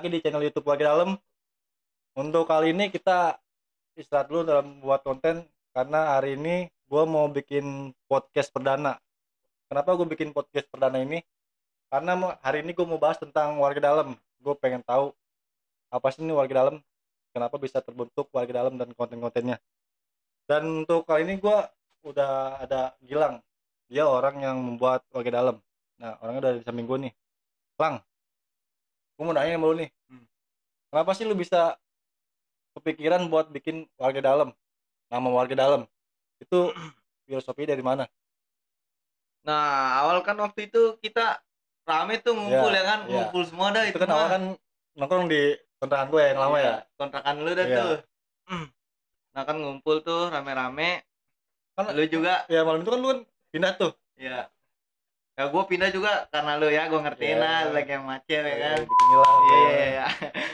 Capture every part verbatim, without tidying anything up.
lagi di channel YouTube Warga Dalam. Untuk kali ini kita istirahat dulu dalam buat konten karena hari ini gue mau bikin podcast perdana. Kenapa gue bikin podcast perdana ini? Karena hari ini gue mau bahas tentang Warga Dalam. Gue pengen tahu apa sih ini Warga Dalam, kenapa bisa terbentuk Warga Dalam dan konten-kontennya. Dan untuk kali ini gue udah ada Gilang. Dia orang yang membuat Warga Dalam. Nah, orangnya udah di samping gue nih. Lang, gue mau nanya sama lu nih. Hmm. Kenapa sih lu bisa kepikiran buat bikin Warga Dalam? Nama Warga Dalam. Itu filosofi dari mana? Nah, awal kan waktu itu kita rame tuh ngumpul Ya, ya kan, ya. ngumpul semua dah Itu itu kan awal mah. kan nongkrong di kontrakan gue yang lama Iya, ya. kontrakan lu dah Iya. tuh. Nah kan ngumpul tuh rame-rame. Kan Lu juga, ya malam itu kan lu kan pindah tuh. ya. Ya gue pindah juga karena lu ya, gue ngertiin Iya. lah, lu lagi yang macet ya kan. Bikin hilang. Iya. iya.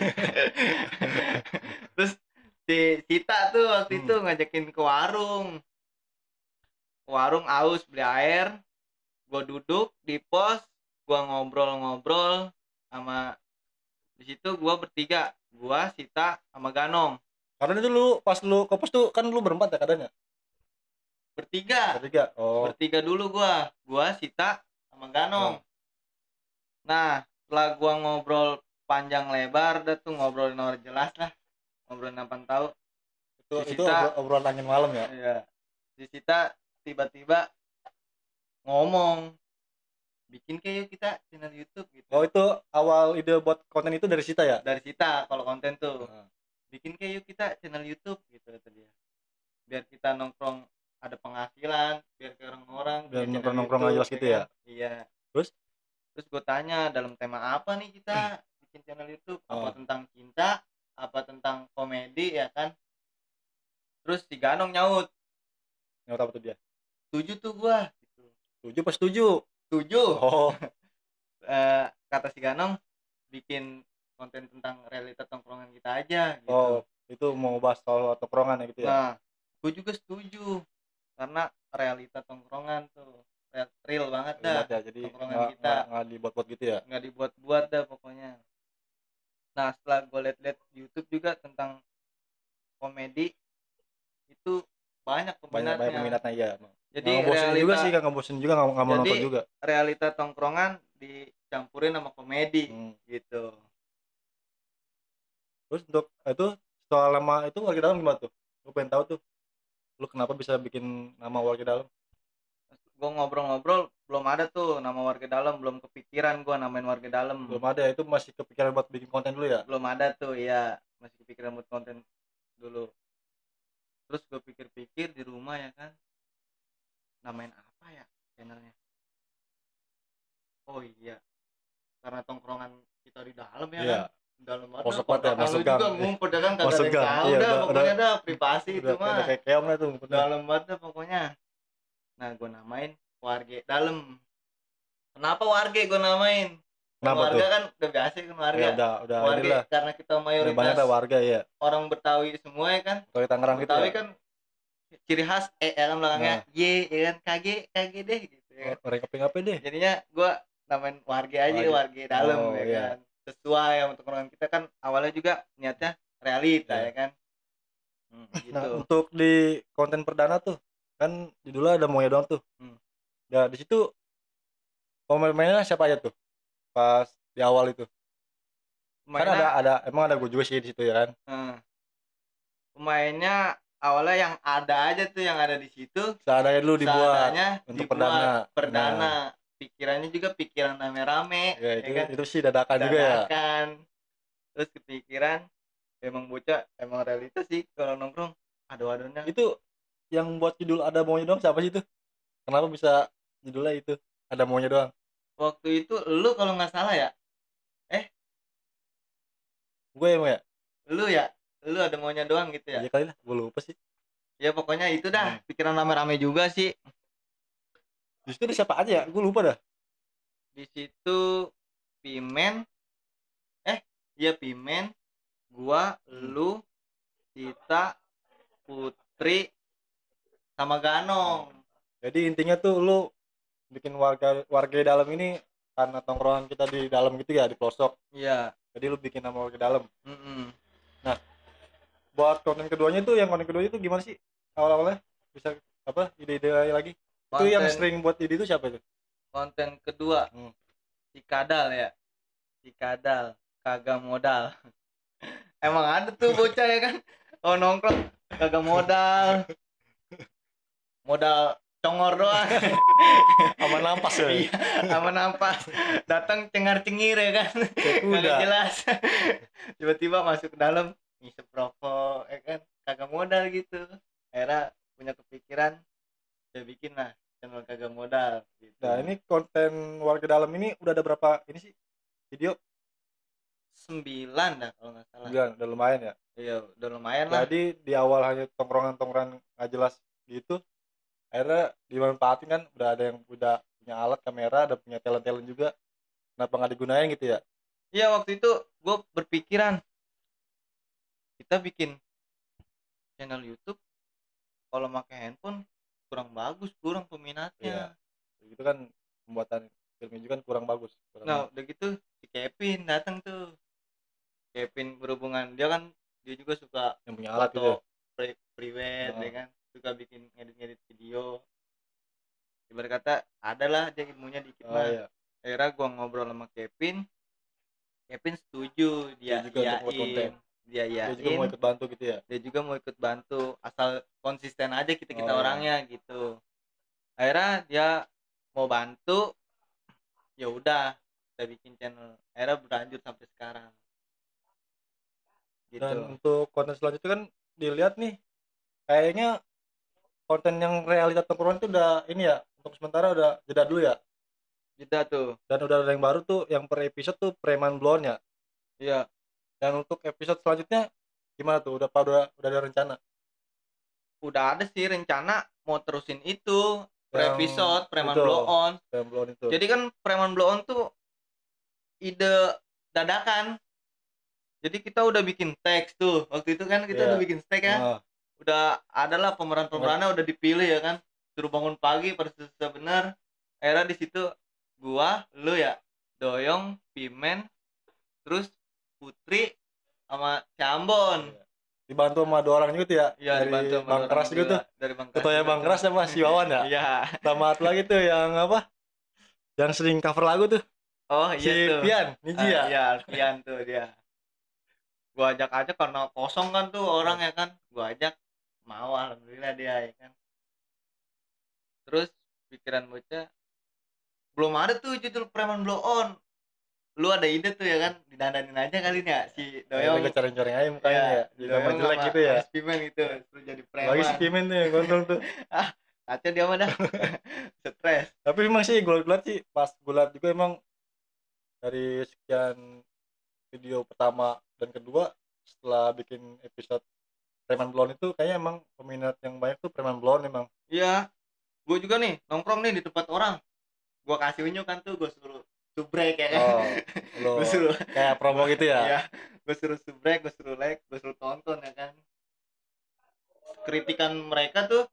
Terus si Sita tuh waktu Hmm. itu ngajakin ke warung. Ke warung aus beli air. Gue duduk di pos, gue ngobrol-ngobrol sama, di situ gue bertiga, gue Sita sama Ganong. Karena itu lu pas lu ke pos tuh kan lu berempat ya kadang ya? Bertiga. Bertiga. Oh. Bertiga dulu gue, gue Sita sama Ganong. Nah, setelah gue ngobrol panjang lebar, dah tuh ngobrolin orang jelas lah, ngobrolin apa tahu. Itu Si itu Sita, obrolan angin malam ya? iya. Si Sita tiba-tiba ngomong, bikin kayak yuk kita channel YouTube gitu. Oh, itu awal ide buat konten itu dari Sita ya? Dari Sita kalau konten tuh. Nah. Bikin kayak yuk kita channel YouTube gitu kata dia. Biar kita nongkrong ada penghasilan, biar ke orang-orang, Biar punya channel nongkrong-nongkrong YouTube, nggak jelas gitu ya? kan? Iya. Terus? Terus gue tanya dalam tema apa nih kita bikin channel YouTube? Apa Oh. tentang cinta? Apa tentang komedi ya kan? Terus si Ganong nyaut. Nggak tahu tuh dia. Setuju tuh gua. Gitu. Setuju pas setuju? Setuju. Oh. Eh, kata si Ganong bikin konten tentang realita tongkrongan kita aja gitu. Oh, itu mau bahas soal tongkrongan ya gitu ya? Nah, gue juga setuju karena realita tongkrongan tuh real, real banget Real dah banget ya, jadi tongkrongan nggak kita. nggak dibuat-buat gitu ya? Nggak dibuat-buat dah pokoknya. Nah, setelah gue liat-liat YouTube juga tentang komedi, itu banyak Banyak peminatnya. banyak peminatnya ya. Jadi nggak ngebosenin realita juga sih, nggak ngebosenin juga, nggak nggak mau jadi nonton juga. realita tongkrongan dicampurin sama komedi. Hmm. Gitu. Terus untuk itu soal nama itu Warga Dalam gimana tuh? Gue pengen tahu tuh, lu kenapa bisa bikin nama Warga Dalam? Gue ngobrol-ngobrol belum ada tuh nama Warga Dalam, belum kepikiran gue namain Warga Dalam. Belum ada, itu masih kepikiran buat bikin konten dulu ya? Belum ada tuh ya, masih kepikiran buat konten dulu. Terus gue pikir-pikir di rumah ya kan, namain apa ya channelnya? Oh iya, karena tongkrongan kita di dalam ya Iya. kan, dalam ada Masuk banget ya, kontrakan masuk lu gang. juga ngumpul dah kan, kagak ada Masuk yang gang, tahu iya, dah udah- pokoknya udah- dah privasi itu Udah mah, kayak keong lah tuh. bener. dalam banget dah pokoknya. Nah gue namain Warga Dalam. Kenapa Warga gue namain? Kenapa warga tuh? kan udah biasa kan warga. Ya udah udah Warga inilah. karena kita Udah banyak mayoritas dah warga ya. orang Betawi semua ya kan. Kalau di Tangerang gitu Betawi ya. kan ciri khas E ya kan belakangnya Nah. Y ya kan, KG KG deh gitu ya. Orang keping-apa deh. Jadinya gua namain Warga aja, Warga. Warga Dalam Oh, ya iya. kan. Sesuai sama tongkrongan kita kan awalnya juga niatnya realita Iya. ya kan. Hmm, gitu. Nah, untuk di konten perdana tuh kan judulnya ada maunya doang tuh. Hmm. Ya di situ pemain-pemainnya siapa aja tuh? Pas di awal itu. Kan Pemainnya, ada ada emang ada gue juga sih di situ ya kan. hmm, pemainnya awalnya yang ada aja tuh, yang ada di situ Seadanya dulu dibuat seadanya untuk dibuat perdana. perdana. Nah, Pikirannya juga pikiran rame-rame ya ya itu kan. itu sih dadakan juga ya. Dadakan. Terus kepikiran, emang bocah emang realitas sih kalau nongkrong adu-adunya. Itu yang buat judul ada maunya doang siapa sih itu? Kenapa bisa judulnya itu ada maunya doang? Waktu itu lu kalau nggak salah ya, Gue emang ya? lu ya, lu ada maunya doang gitu ya. Iya kali lah, gue lupa sih. Ya pokoknya itu dah, Hmm. pikiran rame-rame juga sih. Di situ ada siapa aja ya? Gue lupa dah. Di situ Pimen, eh iya Pimen, gua, Hmm. lu, Sita, Putri, sama Ganong. Jadi intinya tuh lu bikin warga warga dalam ini karena tongkrongan kita di dalam gitu ya, di pelosok. Iya. Jadi lu bikin nama warga dalam. Mm-mm. Nah, buat konten keduanya itu, yang konten keduanya itu gimana sih awal-awalnya? Bisa apa ide-ide lagi? Itu yang konten sering buat ide itu siapa itu? konten kedua Hmm. si kadal ya, si kadal kagak modal. Emang ada tuh bocah ya kan, oh nongkrong kagak modal, modal congor doang. Sama nampas ya. Iya, sama nampas, datang cengar cengir ya kan, Kayak kagak kuda. jelas. Tiba-tiba masuk ke dalam ngisep rokok ya kan, kagak modal gitu. Akhirnya punya kepikiran, saya bikin lah channel kagak modal gitu. Nah, ini konten warga dalam ini udah ada berapa ini sih video? Sembilan dah kalau nggak salah. Enggak, udah lumayan ya. Iya, udah lumayan lah. Jadi di awal hanya tongkrongan-tongkrongan nggak jelas gitu, akhirnya dimanfaatin kan, udah ada yang udah punya alat kamera, ada punya talent-talent juga, kenapa nggak digunain gitu ya? Iya, waktu itu gue berpikiran kita bikin channel YouTube kalau pakai handphone kurang bagus, kurang Iya, peminatnya. gitu kan, pembuatan filmnya juga kan kurang bagus, kurang. Nah, udah gitu si Kevin datang tuh. Kevin berhubungan dia kan, dia juga suka yang punya alat gitu. foto pri- private Oh. ya kan, suka bikin ngedit-ngedit video. Ibarat kata adalah dia ilmunya dikit Oh mah. iya, Akhirnya gua ngobrol sama Kevin, Kevin setuju, dia dia juga untuk buat konten, iyain, dia dia juga mau iyain, ikut bantu gitu ya. dia juga mau ikut bantu, asal konsisten aja kita kita Oh, iya. orangnya gitu. Akhirnya dia mau bantu, ya udah kita bikin channel. Akhirnya berlanjut sampai sekarang. Gitu. Dan untuk konten selanjutnya kan dilihat nih, kayaknya konten yang realita tongkrongan itu udah ini ya, untuk sementara udah jeda dulu ya. Jeda tuh. Dan udah ada yang baru tuh, yang per episode tuh preman blon ya. Iya. Dan untuk episode selanjutnya gimana tuh? Udah udah udah ada rencana? Udah ada sih rencana mau terusin itu per Yang episode Preman itu, Blow On. preman blon itu. Jadi kan Preman Blow On tuh ide dadakan. Jadi kita udah bikin teks tuh. Waktu itu kan kita Iya. udah bikin teks ya. Ah, Udah adalah pemeran-pemerannya udah dipilih ya kan. Suruh bangun pagi pada susah bener. Akhirnya di situ gua, lu ya, Doyong, Pimen, terus Putri sama Ciambon. iya. Dibantu sama dua orang juga tuh ya. Iya, Dari dibantu sama Bang dua orang Keras juga juga. tuh. Dari Bang Keras Ketuanya juga Bang tuh. Keras sama si Wawan ya. Iya. Sama satu lagi tuh yang apa? Yang sering cover lagu tuh. Oh Si iya tuh. Pian, Niji Ah, ya. iya, Alfian tuh dia. Gua ajak aja karena kosong kan tuh orang ya kan. Gua ajak, mau alhamdulillah dia ya kan. Terus pikiran bocah belum ada tuh judul Preman Blow On. Lu ada ide tuh ya kan, didandanin aja kali ini ya si Akhirnya Doyong. gue coreng-coreng aja mukanya Ya, ya. Jadi nama Doyong jelek sama, gitu ya. sama si Pimen gitu, suruh jadi preman. Lagi si Pimen tuh yang gondrong tuh. Ah, kaca dia mah dah. Stres. Tapi emang sih gue liat sih, pas gue liat juga emang dari sekian video pertama dan kedua, setelah bikin episode Preman Blonde itu kayaknya emang peminat yang banyak tuh Preman Blonde emang. Iya. Gue juga nih nongkrong nih di tempat orang. Gua kasih unjuk kan tuh, gue suruh subrek ya kan. Oh, lo Gue suruh kayak promo gitu ya. Iya, gue suruh subrek, gue suruh like, gue suruh tonton ya kan. Kritikan mereka tuh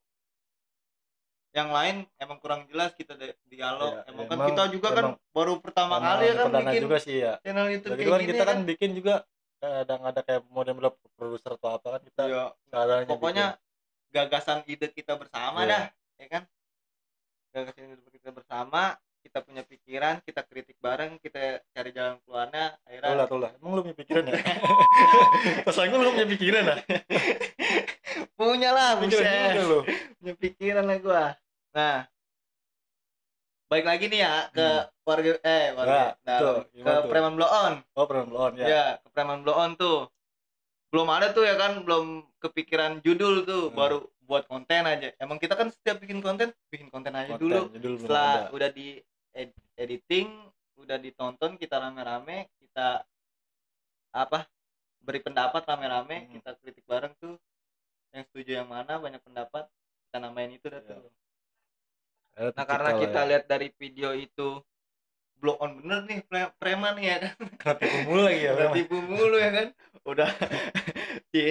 yang lain emang kurang jelas, kita de- dialog. Iya, emang iya, kan emang- kita juga kan emang- baru pertama Emang kali ya kan perdana bikin juga sih ya. channel YouTube Udah gitu kayak kan gini kita kan. kan bikin juga kadang ada kayak model-model produser atau apa kan kita Iya, seadanya pokoknya gagasan ide kita bersama Iya. dah, ya kan. Gagasan ide kita bersama, kita punya pikiran, kita kritik bareng, kita cari jalan keluarnya. bikin. Akhirnya Tuh lah, tuh lah. Emang lu punya pikiran ya? Pesan gue lu punya pikiran ya? punya lah, Pikiran juga buset. lu. Punya pikiran lah gua. Nah, baik lagi nih ya ke Hmm. warga eh warga Ya, dalam, betul. ke Gimana tuh? Preman Blow On. Oh, Preman Blonde ya. Ya, ke Preman Blow On tuh. Belum ada tuh ya kan, belum kepikiran judul tuh, Hmm. baru buat konten aja. Emang kita kan setiap bikin konten, bikin konten aja Konten, dulu. judul belum Setelah ada. udah di ed- editing, udah ditonton, kita rame-rame, kita apa? Beri pendapat rame-rame, Hmm. kita kritik bareng tuh. Yang setuju yang mana, banyak pendapat, kita namain itu dah Iya. tuh. Akhirnya Nah, tercipta karena lah kita ya. lihat dari video itu blow on bener nih pre- preman nih ya kan. Kena tipu mulu lagi ya. Udah Preman. tipu mulu ya kan. Udah Iya.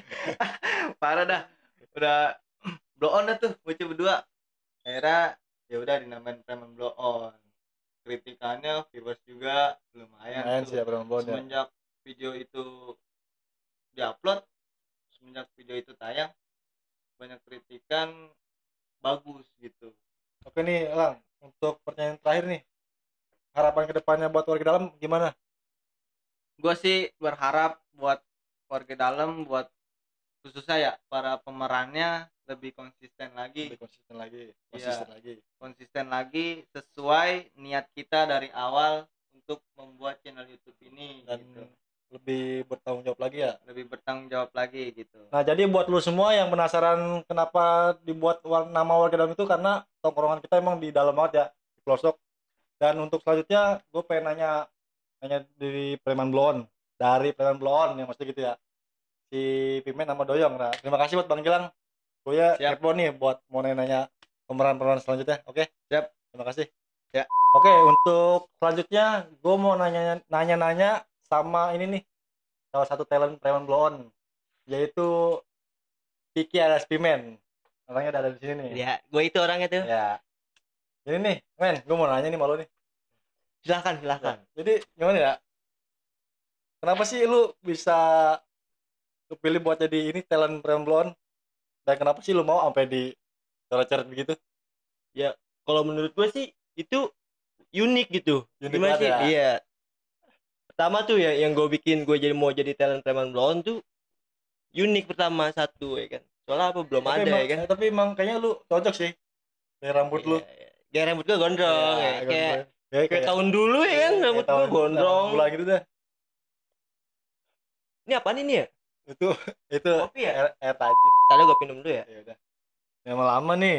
Parah dah. Udah blow on dah tuh bocah berdua. Akhirnya ya udah dinamain preman blow on. Kritikannya viewers juga belum lumayan, lumayan tuh sih ya Preman Bloon ya. semenjak video itu diupload, semenjak video itu tayang, banyak kritikan bagus gitu. Oke nih Lang, untuk pertanyaan terakhir nih, harapan kedepannya buat warga dalam gimana? Gue sih berharap buat warga dalam, buat khususnya ya para pemerannya lebih konsisten lagi. Lebih konsisten lagi, Iya, konsisten lagi. konsisten lagi sesuai niat kita dari awal untuk membuat channel YouTube ini Dan gitu. lebih bertanggung jawab lagi ya. Lebih bertanggung jawab lagi gitu. Nah jadi buat lu semua yang penasaran kenapa dibuat war- nama warga dalam itu, karena tongkrongan kita emang di dalam banget ya, di pelosok. Dan untuk selanjutnya gue pengen nanya nanya dari Preman Bloon, dari Preman Bloon yang maksudnya gitu ya, si Pimen sama Doyong. Nah terima kasih buat Bang Gilang, gue ya Siap. kepo nih buat mau nanya pemeran-pemeran selanjutnya. Oke Siap. terima kasih Ya. Oke untuk selanjutnya gue mau nanya nanya nanya sama ini nih, salah satu talent Preman Bloon, yaitu Kiki alias Pimen. Orangnya ada di sini nih. Ya, gue itu orangnya tuh. Ya. Ini nih, men, gue mau nanya nih malu nih. Silahkan, silahkan. Jadi gimana ya? Kenapa sih lu bisa kepilih buat jadi ini talent Preman Bloon? Dan kenapa sih lu mau sampai di coret-coret begitu? Ya, kalau menurut gue sih itu unik gitu. Unik Gimana banget sih? ya? Iya. Pertama tuh ya yang gue bikin gue jadi mau jadi talent Preman Bloon tuh unik pertama satu ya kan. Soalnya apa belum Tapi ada emang, ya kan. eh, tapi emang kayaknya lu cocok sih. Kayak rambut lu. Iya, iya. Kayak rambut gue gondrong Iya, ya. Kayak gondrong. Ya, kayak tahun dulu ya kan kayak rambut gue tahun gondrong. Bulan gitu dah. Ini apaan ini ya? Itu itu Kopi ya? air, air tajin. Tadi gue minum dulu ya. Ya udah. Memang lama nih.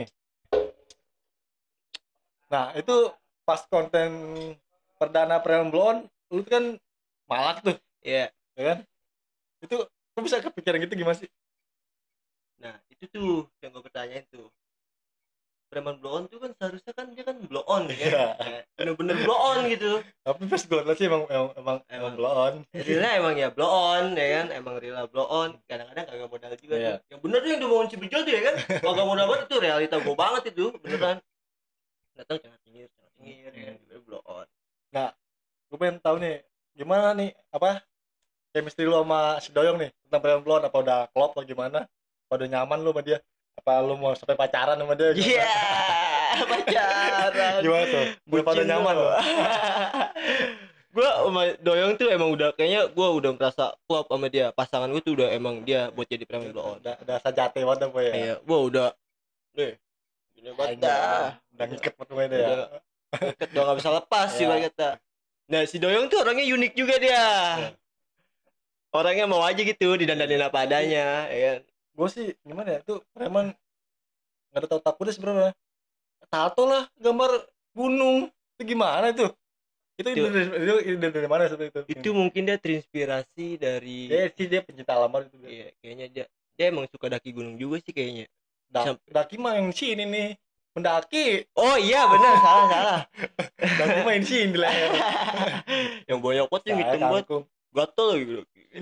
Nah, itu pas konten perdana Preman Bloon, lu tuh kan malak tuh, Iya. ya kan? Itu kok bisa kepikiran gitu gimana sih? Nah, itu tuh yang gue pertanyain tuh. Preman blow on tuh kan seharusnya kan dia kan blow on ya kan. Iya. Nah, bener-bener blow on gitu. Tapi pas gue liat sih emang emang emang, emang Emang. blow on. Realnya emang ya blow on ya kan, emang real blow on. Kadang-kadang kagak modal juga Iya. tuh. Yang bener tuh yang diomongin si Bejo tuh ya kan. Kagak modal banget itu realita gue banget itu, beneran. Datang jangan tinggi, jangan tinggi ya kan, dia blow on. Gue pengen tahu nih, gimana nih apa chemistry lu sama si Doyong nih tentang Preman Bloon, apa udah klop atau gimana? Apa udah nyaman lu sama dia? Apa lu mau sampai pacaran sama dia? Iya, pacaran. Gimana tuh? Udah pada Bucin nyaman lu. lu? Gue sama Doyong tuh emang udah kayaknya gue udah merasa klop sama dia. Pasangan gue tuh udah emang dia buat jadi preman blow on. Udah udah sajate banget apa ya? Iya, gue udah nih gini banget dah. Udah ngiket banget sama dia ya. Udah deket udah gak bisa lepas sih Iya. kata. Nah si Doyong tuh orangnya unik juga dia. Iya. Orangnya mau aja gitu didandanin apa adanya, ya kan. Gue sih gimana ya, itu preman nggak ada tahu takutnya sebenarnya. Tato lah gambar gunung, itu gimana itu? Itu Itu- ide dari, itu ide dari mana seperti itu? Itu mungkin dia terinspirasi dari dia sih dia pencinta alam banget itu. Dia. iya, kayaknya dia dia emang suka daki gunung juga sih kayaknya. Da- Sam- Daki mah yang sini nih, mendaki. Oh iya benar, salah salah. Daki mah yang sini di leher. Yang banyak banget yang Saya hitam banget, kangkung. gatel gitu.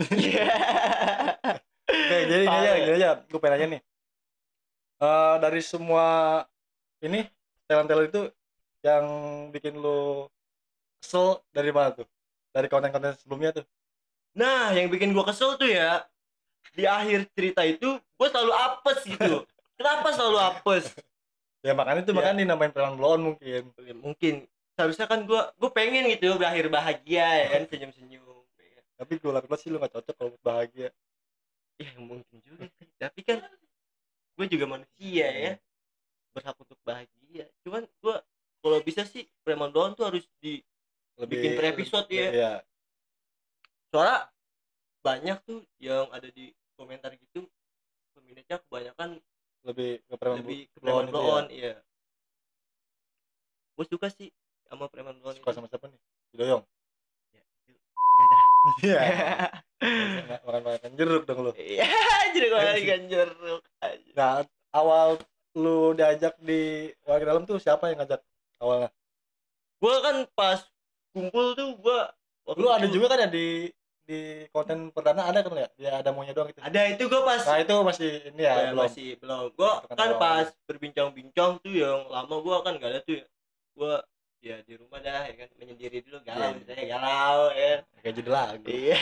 Oke, jadi gini aja, gini aja. Gue pengen nanya nih. Eh, dari semua ini talent-talent itu yang bikin lu kesel dari mana tuh? Dari konten-konten sebelumnya tuh? Nah, yang bikin gua kesel tuh ya, di akhir cerita itu gua selalu apes gitu. Kenapa selalu apes? Ya makanya itu Ya. makanya dinamain Preman Bloon mungkin. Ya, mungkin seharusnya kan gua gua pengen gitu berakhir bahagia ya kan, senyum-senyum. Tapi gue liat sih lu gak cocok kalau buat bahagia. Ya mungkin juga sih. Tapi kan gue juga manusia ya, berhak untuk bahagia. Cuman gua kalau bisa sih Preman Down tuh harus di bikin per episode ya. Iya. Soalnya banyak tuh yang ada di komentar gitu, peminatnya kebanyakan Lebih ke Preman lebih ke Bloon Preman itu Blown, ya. iya. Gue suka sih sama Preman Blown Suka itu. sama siapa nih? Si Doyong. Enggak dah. Iya. Makan-makan jeruk dong lu. Iya, jadi gue ikan jeruk aja. Nah, awal lu diajak di warga dalam tuh siapa yang ngajak awalnya? Gue kan pas kumpul tuh gue Lu ada juga kan ya di di konten perdana ada kan ya? Dia ada maunya doang gitu. ada itu gue pas Nah, itu masih ini ya, ya, belum. masih belum. Gue Itu kan kan awal. pas berbincang-bincang tuh yang lama gue kan gak ada tuh ya. Gue ya di rumah dah ya kan, menyendiri dulu galau, Iya. misalnya galau ya. Kayak jadi lagu. Iya.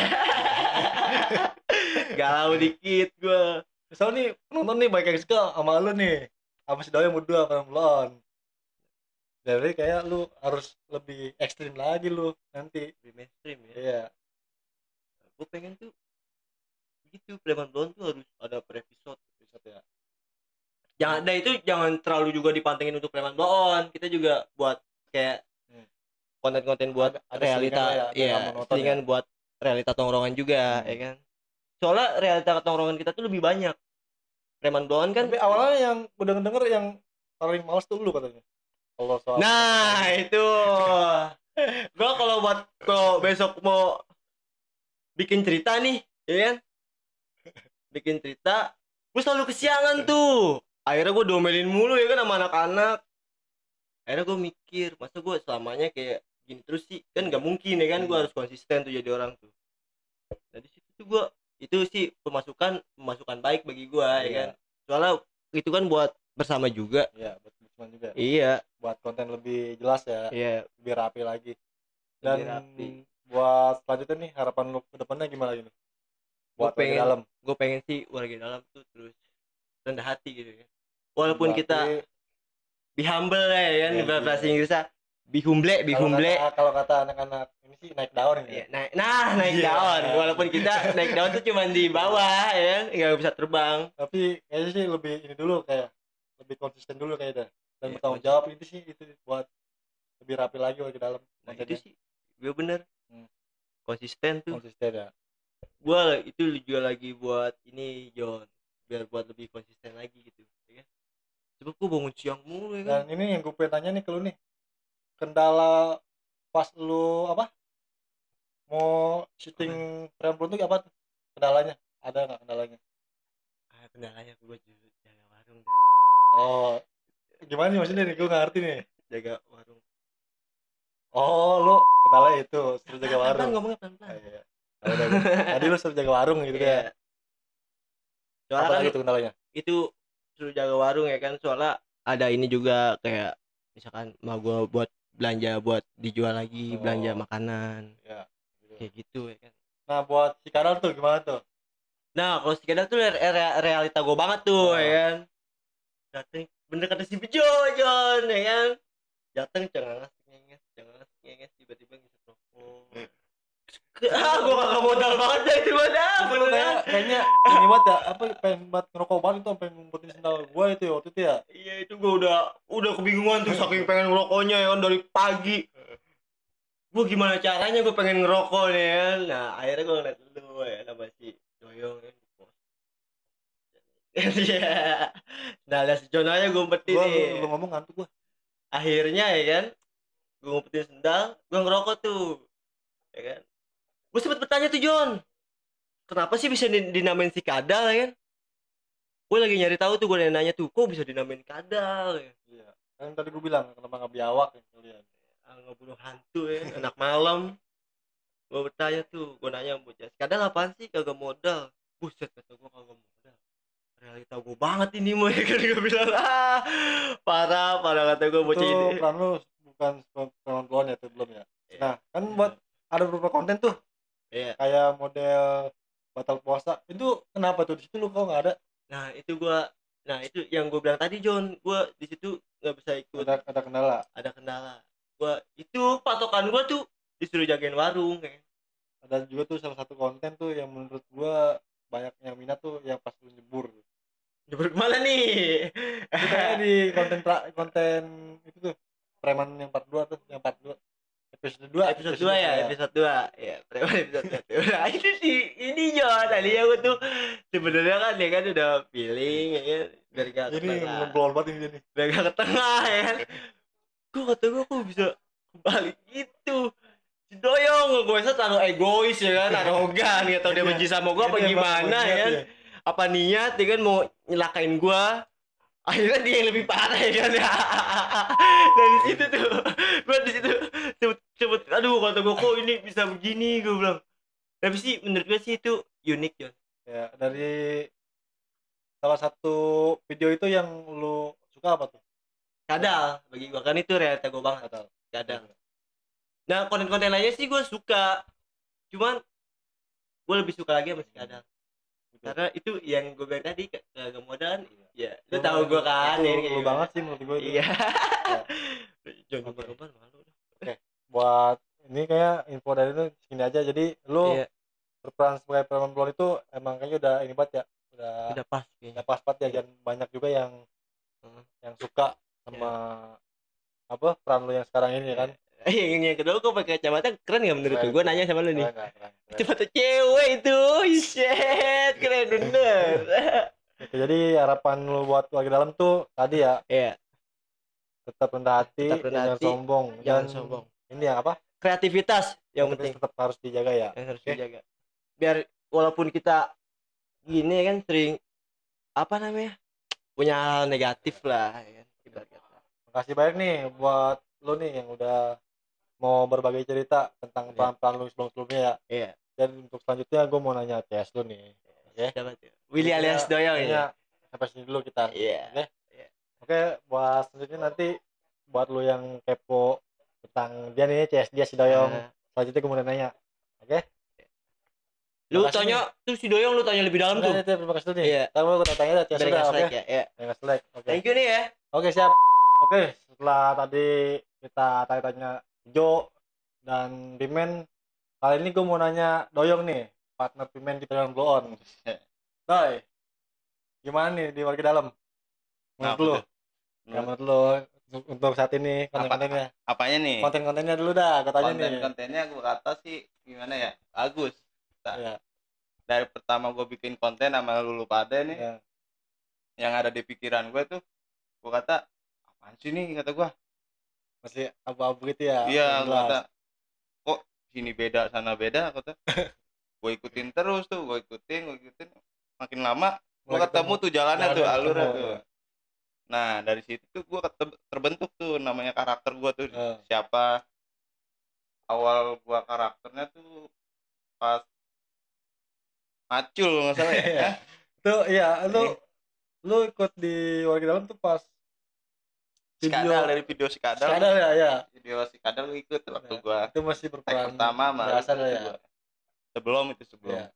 Galau dikit gua. Misal nih penonton nih banyak yang suka sama lu nih, sama si Doyong berdua film Blon. Jadi kayak lu harus lebih ekstrim lagi lu nanti. Lebih mainstream ya. Iya. Gue pengen tuh gitu, Preman Blonde tuh harus ada per episode. Episode ya. Jangan, nah itu jangan terlalu juga dipantengin untuk Preman Blonde. Kita juga buat kayak Hmm. konten-konten buat Ada- ada realita, selingan lah ya, biar iya, nggak monoton selingan ya. buat realita tongkrongan juga, Hmm. ya kan. Soalnya realita tongkrongan kita tuh lebih banyak. Preman Blonde kan. Tapi awalnya yang udah denger yang paling males tuh lu katanya. Kalau soal Nah itu, gue kalau buat kalau besok mau bikin cerita nih, ya kan, bikin cerita, gue selalu kesiangan tuh. Akhirnya gue domelin mulu ya kan sama anak-anak. Akhirnya gue mikir, masa gue selamanya kayak gini terus sih, kan nggak mungkin ya kan, gue Hmm. harus konsisten tuh jadi orang tuh. Nah di situ tuh gue, itu sih pemasukan pemasukan baik bagi gue, ya Iya. kan. Soalnya itu kan buat bersama juga. Iya, buat teman juga. Iya, Buat konten lebih jelas ya, iya. lebih rapi lagi. Dan Lebih rapi. buat selanjutnya nih harapan lu ke depannya gimana gini? Buat Gua warga pengen- dalam. Gue pengen sih warga dalam tuh terus rendah hati gitu ya. Walaupun Berarti, kita be humble lah ya kan, Iya, bahasa iya. Inggrisnya be humble, be kalau humble. kata, kalau kata anak-anak ini sih naik daun Ya, ya. naik, nah naik Iya. daun. Walaupun kita naik daun tuh cuma di bawah ya kan, nggak bisa terbang. Tapi kayaknya sih lebih ini dulu kayak lebih konsisten dulu kayaknya. Dan Iya, bertanggung jawab itu sih itu buat lebih rapi lagi warga dalam. Nah kontennya. itu sih gue bener. Hmm. Konsisten tuh. Konsisten ya. Gue itu juga lagi buat ini John, biar buat lebih konsisten lagi gitu ya kan. Sebab gue bangun siang mulu ya kan. Dan ini yang gue pengen tanya nih ke lu nih, kendala pas lu apa mau syuting Preman tuh apa tuh kendalanya, ada nggak kendalanya? Ah, kendalanya gue juga jaga warung dah. Oh gimana nih maksudnya nih, gue nggak ngerti nih. Jaga warung. Oh lu kendala itu suruh jaga Pelan-pelan warung. ngomongnya Ah, pelan-pelan. iya. Oh, udah, udah. Tadi lu suruh jaga warung gitu Iya. ya. Soalnya Apa kan lagi tuh kendalanya? itu suruh jaga warung ya kan, soalnya ada ini juga kayak misalkan mau gue buat belanja buat dijual lagi, Oh. belanja makanan Ya. Gitu. kayak gitu ya kan. Nah buat si Kadal tuh gimana tuh? Nah kalau si Kedal tuh re- re- realita gue banget tuh Oh. ya kan. Dateng bener kata si Bejo Jon ya kan, dateng cengenges ngenges cengenges ngenges tiba-tiba ngisep rokok. Ah gue gak modal banget dah itu mah dah Itu lu kayak beneran. kayaknya ini banget ya, apa pengen banget ngerokok banget itu sampai ngumpetin sendal gua itu ya waktu itu ya. Iya itu gue udah udah kebingungan tuh saking pengen ngerokoknya ya kan dari pagi. Gue gimana caranya gue pengen ngerokok nih kan. Nah akhirnya gue ngeliat lu ya sama si Doyong kan. Iya. Nah lihat si Jon aja gue umpetin Gua nih. lu, lu ngomong ngantuk gua. Akhirnya ya kan gue ngumpetin sendal, gue ngerokok tuh ya kan. Gue sempet bertanya tuh Jon, kenapa sih bisa di- dinamain si Kadal ya kan. Gue lagi nyari tahu tuh, gue nanya tuh kok bisa dinamain Kadal ya. Iya. Kan tadi gua bilang kenapa nggak biawak ya kalian. Ah, ngebunuh hantu ya, anak malam. Gue bertanya tuh, gue nanya bocah, Kadal apaan sih, kagak modal. Buset kata gue, kagak modal. Realita gue banget ini mau ya kan, gue bilang ah parah parah kata gue bocah Itu ini. peran lu bukan penonton ya itu belum ya. Iya. Nah kan buat ada beberapa konten tuh Iya. kayak model batal puasa itu kenapa tuh di situ lu kok nggak ada? Nah itu gue, nah itu yang gue bilang tadi Jon, gue di situ nggak bisa ikut, Ada ada kendala. ada kendala. Gue itu patokan gue tuh disuruh jagain warung kayak. Ada juga tuh salah satu konten tuh yang menurut gua banyak yang minat tuh yang pas lu nyebur. Jebur kemana nih? Itu kayaknya di konten pra- konten itu tuh Preman yang part dua tuh, yang part dua episode dua Episode dua ya, episode dua ya, preman episode dua. Nah itu sih, ini Jon, tadi aku tuh sebenarnya kan dia kan udah feeling ya kan, biar gak ke Ini tengah, ngeblon banget ini dia nih. biar gak ke tengah ya kan. Gue kata gue kok bisa kebalik gitu. Si Doyong, gue rasa terlalu egois ya kan, arogan, gak tau dia benci sama gue apa Ini emang gimana niat ya kan. Apa niat ya kan mau nyelakain gue. Akhirnya dia yang lebih parah ya kan. Dari situ tuh, gue di situ cepet, cepet, aduh kata gue kok ini bisa begini gue bilang. Tapi sih menurut gue sih itu unik Jon. Ya, dari salah satu video itu yang lu suka apa tuh? Kadal bagi gue kan itu realita gue banget. Kadal. kadang. Nah konten-konten lainnya sih gue suka, cuman gue lebih suka lagi sama si kadang. Karena itu yang gue bilang tadi kagak modal, ya lu Itu- tahu gue kan itu ya, lu, kayak lu gimana. banget sih menurut gue itu. Iya. Ya. Jangan Oke. ngobar-ngobar malu. Oke, buat ini kayak info dari itu segini aja. Jadi lu Iya, berperan sebagai preman blon itu emang kayaknya udah ini banget ya, udah udah pas udah kayaknya. pas banget ya. Iya. Dan banyak juga yang Heeh. yang suka sama apa peran lu yang sekarang ini kan. Eh, yang, yang kedua gue pakai kacamata keren gak menurut lu? Keren, Gue nanya sama lu nih. keren, keren, keren, keren. Kacamata cewek itu, shit, keren bener. Oke, jadi harapan lu buat keluarga dalam tuh tadi ya, Iya, tetap rendah hati, tetap rendah jangan hati, sombong, jangan dan sombong. ini ya apa? Kreativitas yang Kreativitas penting, tetap harus dijaga ya. yang harus Oke. dijaga. Biar walaupun kita gini kan sering apa namanya punya hal negatif lah, ya kan? Ibarat kata. Makasih banyak nih buat lu nih yang udah mau berbagi cerita tentang Iya. peran-peran lu sebelum-sebelumnya ya. Iya. Dan untuk selanjutnya gue mau nanya C S lu nih. Oke. Siapa tuh? Willy Jadi alias kayaknya- Doyong kayaknya ya. sampai sini dulu kita. Iya. Oke. Iya. Oke, buat selanjutnya nanti buat lu yang kepo tentang dia nih C S dia si Doyong. Nah, Selanjutnya gue mau nanya. Oke? lu Makasih tanya tuh si Doyong lu tanya lebih dalam tuh. Oke, itu terima kasih dulu nih. Iya. Ntar gue tanya dah C S Biar udah, nggak oke? selek ya. Iya. Biar nggak selek. Oke. Thank you nih ya. Oke, siap. Oke, setelah tadi kita tanya-tanya Jo dan Pimen, kali ini gue mau nanya Doyong nih, partner Pimen di Preman Blow On. Doy, gimana nih di warga dalam? Menurut Kenapa lu? tuh? Ya, menurut lu untuk- untuk saat ini konten-kontennya. Apanya nih? Konten-kontennya dulu dah, katanya nih. Konten-kontennya gue kata sih gimana ya? Bagus. Iya, Dari pertama gue bikin konten sama lulu pada nih, iya. yang ada di pikiran gue tuh, gue kata apaan sih nih kata gue. Masih abu-abu gitu ya. Iya, belum gue jelas. kata kok sini beda sana beda kata. Gue ikutin terus tuh, gue ikutin, gue ikutin. Makin lama gue Mulai ketemu tuh jalannya jalannya tuh, ketemu, alurnya ya. tuh. Nah dari situ tuh gue terbentuk tuh namanya karakter gue tuh. Eh. Siapa awal gue karakternya tuh pas macul nggak salah ya. Iya. Hah? Tuh iya, lu Iya. lu ikut di warga dalam tuh pas Sikadal dari video Sikadal. Sikadal ya, ya. Video Sikadal lu ikut waktu Nah, gua itu masih tag berperan pertama mah biasa lah ya. sebelum itu sebelum Iya.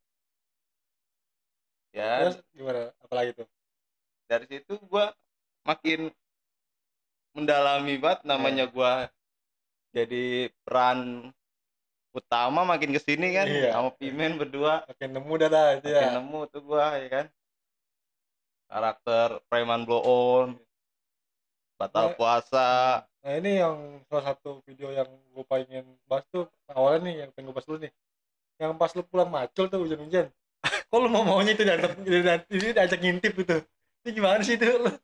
ya Terus gimana? Apalagi tuh? dari situ gua makin mendalami banget namanya gua jadi peran utama makin kesini kan Iya. sama Pimen berdua Makin nemu dah dah itu makin ya. nemu tuh gua ya kan karakter preman blow on batal Nah, puasa. Nah ini yang salah satu video yang gue pengen bahas tuh awalnya nih yang pengen gue bahas dulu nih. Yang pas lu pulang macul tuh hujan-hujan. Kok lu mau maunya itu diajak ini diajak ngintip gitu. Ini gimana sih itu lu?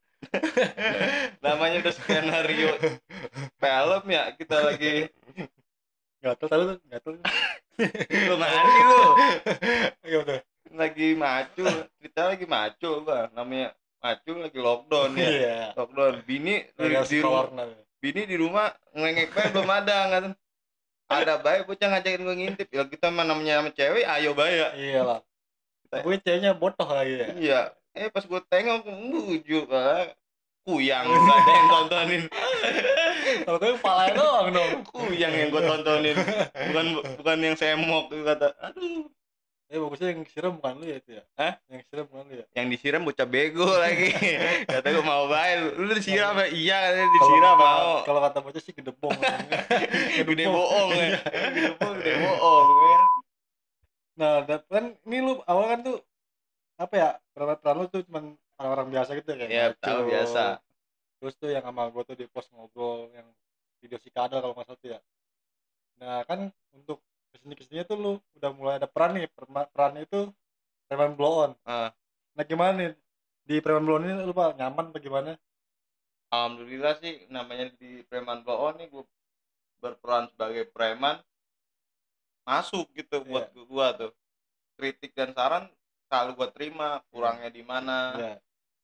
Namanya udah skenario film ya kita lagi Gatel tahu tuh, gatel. lu mandi lu Iya betul. lagi macul kita lagi macul gua namanya macul lagi lockdown ya Iya. lockdown bini Kayak di rumah corona. bini di rumah ngelengek bae belum ada kan ada bae bocah ngajakin gua ngintip ya kita mah namanya sama cewek ayo bae ya Iya lah. Tapi ceweknya botoh lagi ya. iya eh pas gua tengok bujuk ah kuyang nggak ada yang tontonin Kalau tuh kepalanya doang dong. kuyang yang gua tontonin bukan bukan yang semok tuh kata aduh Eh bagusnya yang siram bukan lu ya itu ya? Hah? Yang siram bukan lu ya? yang disiram bocah bego lagi kata gua mau bae lu, lu disiram ya iya katanya Kalau disiram kata- mau Kalau kata bocah sih gedebong. gede bohong ya gede bohong gede bohong kan Nah, dan kan ini lu awal kan tuh apa ya? Peran-peran lu tuh cuman orang-orang biasa gitu ya, kayak ya macul. tahu biasa Terus tuh yang sama gue tuh di post ngobrol yang video si Kadal kalau nggak salah tuh ya. Nah kan untuk kesini kesininya tuh lu udah mulai ada peran nih, perma- perannya itu preman blow on. Ah. Nah gimana nih di preman blow on ini lu pak nyaman bagaimana? alhamdulillah sih namanya di preman blow on nih gue berperan sebagai preman masuk gitu buat Iya. gua tuh kritik dan saran selalu gua terima kurangnya di mana Iya.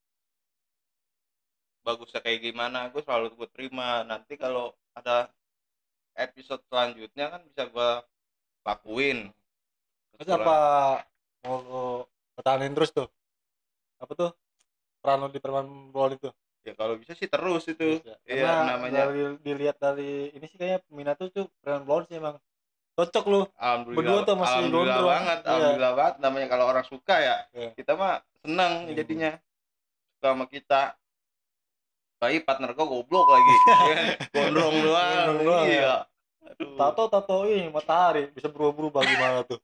bagusnya kayak gimana gue selalu gue terima nanti kalau ada episode selanjutnya kan bisa gua lakuin Terus apa mau lu pertahanin terus tuh? Apa tuh peran lu di preman blow on itu? Ya kalau bisa sih terus itu. Terus ya. Iya, Karena namanya dari dilihat dari ini sih kayaknya peminat tuh tuh preman blonde sih emang cocok lu. Berdua alhamdulillah tuh masih alhamdulillah gondrong. banget, Iya. alhamdulillah banget namanya kalau orang suka ya. Iya. Kita mah senang Hmm. jadinya. Suka sama kita. Bayi partner gua goblok lagi. Ya kan? Gondrong doang. Gondrong doang, Iya. ya. Aduh. Tato tato ini matahari bisa berubah-berubah gimana tuh.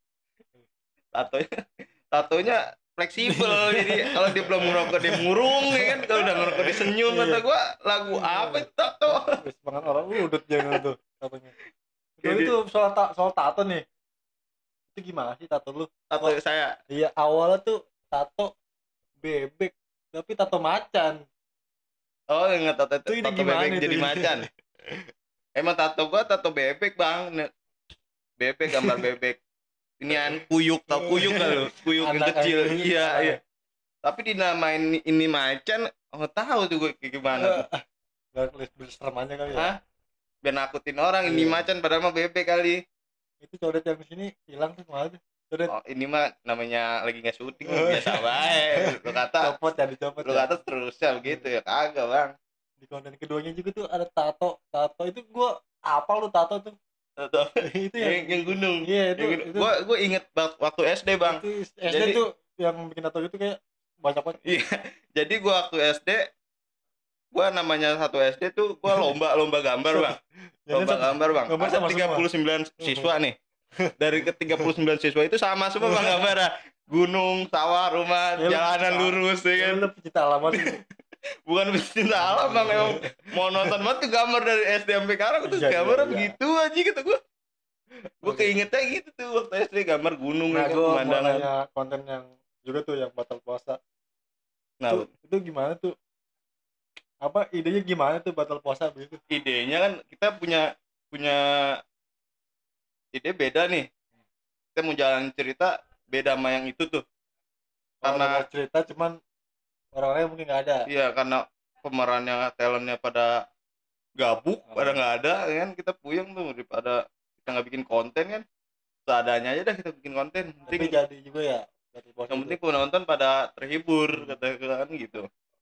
Tatonya tatonya fleksibel jadi kalau dia belum ngerokok dia murung ya kan, kalau udah ngerokok dia senyum. Kata gua lagu apa itu tato. Wis banget orang udut jangan tuh tatonya. Jadi Jadi- itu soal ta- soal tato nih. Itu gimana sih tato lu? Tato saya Iya awalnya tuh tato bebek tapi tato macan. oh ingat tato Itu ini tato gimana bebek itu? jadi macan. Emang tato gua tato bebek bang. Ne- bebek gambar bebek inian kuyuk, tau kuyuk kan lu, kuyuk yang Anak kecil. anak- Iya anak. iya, tapi dinamain ini macan oh tahu tuh gue kayak gimana tuh. Gak tulis serem aja kali ya. Hah? Biar nakutin orang ini Iya. macan padahal mah bebek kali. Itu codet yang di sini hilang tuh kemana tuh? Codet Oh ini mah namanya lagi nggak syuting biasa baik. Lu kata copot ya dicopot lu ya. kata terus ya begitu ya kagak bang. Di konten keduanya juga tuh ada tato. Tato itu gua apa lu tato tuh? Tato Itu yang, yang gunung. Iya itu, Yang gunung. itu, Gua gua inget bak- waktu S D bang. itu S D Jadi- tuh yang bikin tato itu kayak banyak banget. Iya. Jadi gua waktu S D gua namanya satu S D tuh gua lomba lomba gambar bang. Jadi Lomba satu- gambar bang. gambar Ada sama tiga puluh sembilan siswa nih. Dari ke tiga puluh sembilan siswa itu sama semua bang gambarnya. Gunung, sawah, rumah, Ya, lu jalanan pecinta- lurus ya Ya, kan. lu pecinta alam sih. Bukan pecinta alam bang, emang monoton banget tuh gambar dari S D sampai sekarang tuh Iya, iya, gambarnya iya. begitu aja gitu gua. Gua Oke. keingetnya gitu tuh waktu S D gambar gunung Nah, ya kan, gua mau pemandangan. nanya konten yang juga tuh yang batal puasa. Nah, Itu, itu gimana tuh? Apa idenya gimana tuh batal puasa begitu? idenya kan kita punya punya ide beda nih. Kita mau jalan cerita beda sama yang itu tuh. Karena Karena cerita cuman orang-orangnya mungkin nggak ada. iya karena pemerannya talentnya pada gabuk, Oh. pada nggak ada ya kan, kita puyeng tuh daripada kita nggak bikin konten kan. Seadanya aja dah kita bikin konten. Tapi Penting jadi juga ya batal puasa. yang itu. penting penonton pada terhibur kata-kata kan gitu.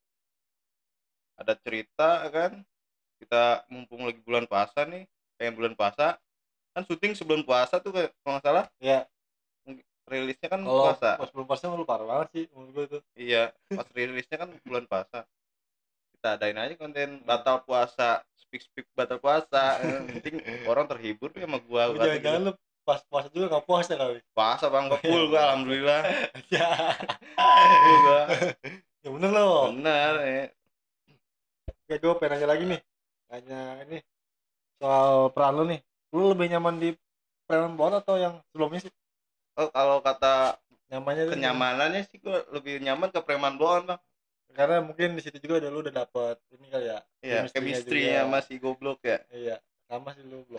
Ada cerita kan, kita mumpung lagi bulan puasa nih, kayak bulan puasa kan syuting sebelum puasa tuh kayak kalau nggak salah Ya, rilisnya kan kalau puasa. pas belum puasa lu parah banget sih menurut gue itu. Iya, pas rilisnya kan bulan puasa. Kita adain aja konten batal puasa, speak speak batal puasa. Yang penting orang terhibur tuh sama gua. Lu Gua kata jangan-jangan gitu. lu pas puasa juga nggak puasa kali. Puasa bang, gua full gua alhamdulillah. Ya, Full gua. ya bener loh. Bener ya. Oke, gue pengen nanya lagi nih. Nanya ini soal peran lu nih. Lu lebih nyaman di preman blonde atau yang sebelumnya sih? Oh, kalau kata Nyamannya tuh kenyamanannya sih gua lebih nyaman ke preman blonde bang. karena mungkin di situ juga ada lu udah dapet ini kali ya. Iya, chemistry-nya juga. masih goblok ya. Iya, sama sih lu belum.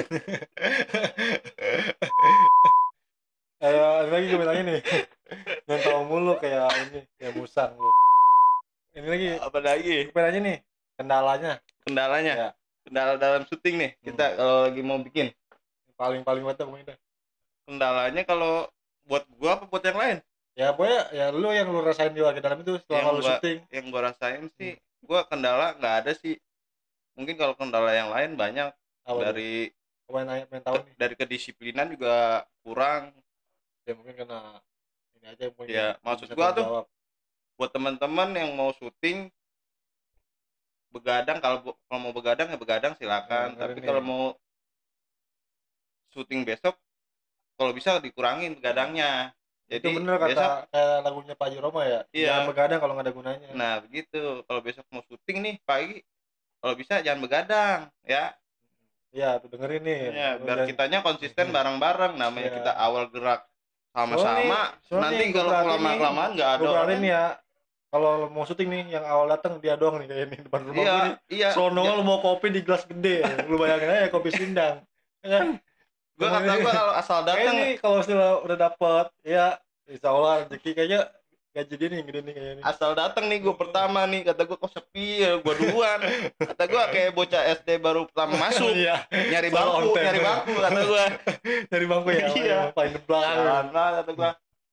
Ayo, ada lagi gue nanya nih. Jangan tahu mulu kayak ini, kayak musang lu. Ini lagi, Apa lagi? gue nanya nih, kendalanya Kendalanya? Ya. Kendala dalam syuting nih. Kita kalau lagi mau bikin. paling-paling banget pokoknya. dah. Kendalanya kalau buat gua apa buat yang lain? Ya pokoknya ya lu yang lu rasain di warga dalam itu setelah Yang lu gua- syuting. Yang gua rasain sih, gua kendala nggak ada sih. Mungkin kalau kendala yang lain banyak. Apa Dari tuh? Main nanya, main tahu nih. dari kedisiplinan juga kurang. Ya mungkin kena ini aja mungkin. Ya, bisa maksud tanggung gua tuh, jawab. Buat teman-teman yang mau syuting begadang, kalau bu- kalau mau begadang ya begadang silakan. Ya, Tapi ini. kalau mau syuting besok, kalau bisa dikurangin begadangnya. Itu Jadi bener kata besok, kayak lagunya Pak Roma ya. Iya. Jangan begadang kalau nggak ada gunanya. nah begitu. Kalau besok mau syuting nih pagi, kalau bisa jangan begadang ya. Iya, tuh dengerin nih. Ya, Lu biar jangan- kitanya konsisten bareng-bareng. Namanya Iya. kita awal gerak sama-sama. Soalnya Nanti nih, gua kalau perhatiin lama nih, kelamaan nggak ada Gue orang. berarti nih ya, kalau mau syuting nih yang awal datang dia doang nih kayak ini depan rumah Iya, gue nih. iya. Sono Ja- lu mau kopi di gelas gede, lu bayangin aja kopi sindang. Ya kan? Gua kata gua kalau asal Kayak datang nih kalau sudah udah dapet, ya insya Allah rezeki kayaknya gaji dia nih gede nih kayaknya nih. asal datang nih gua pertama nih, kata gua kok sepi ya, gua duluan. Kata gua kayak bocah S D baru pertama masuk, Iya, nyari Salah bangku, konten. nyari bangku kata gua. dari bangku ya, Iya. yang paling di belakang. Karena kata gua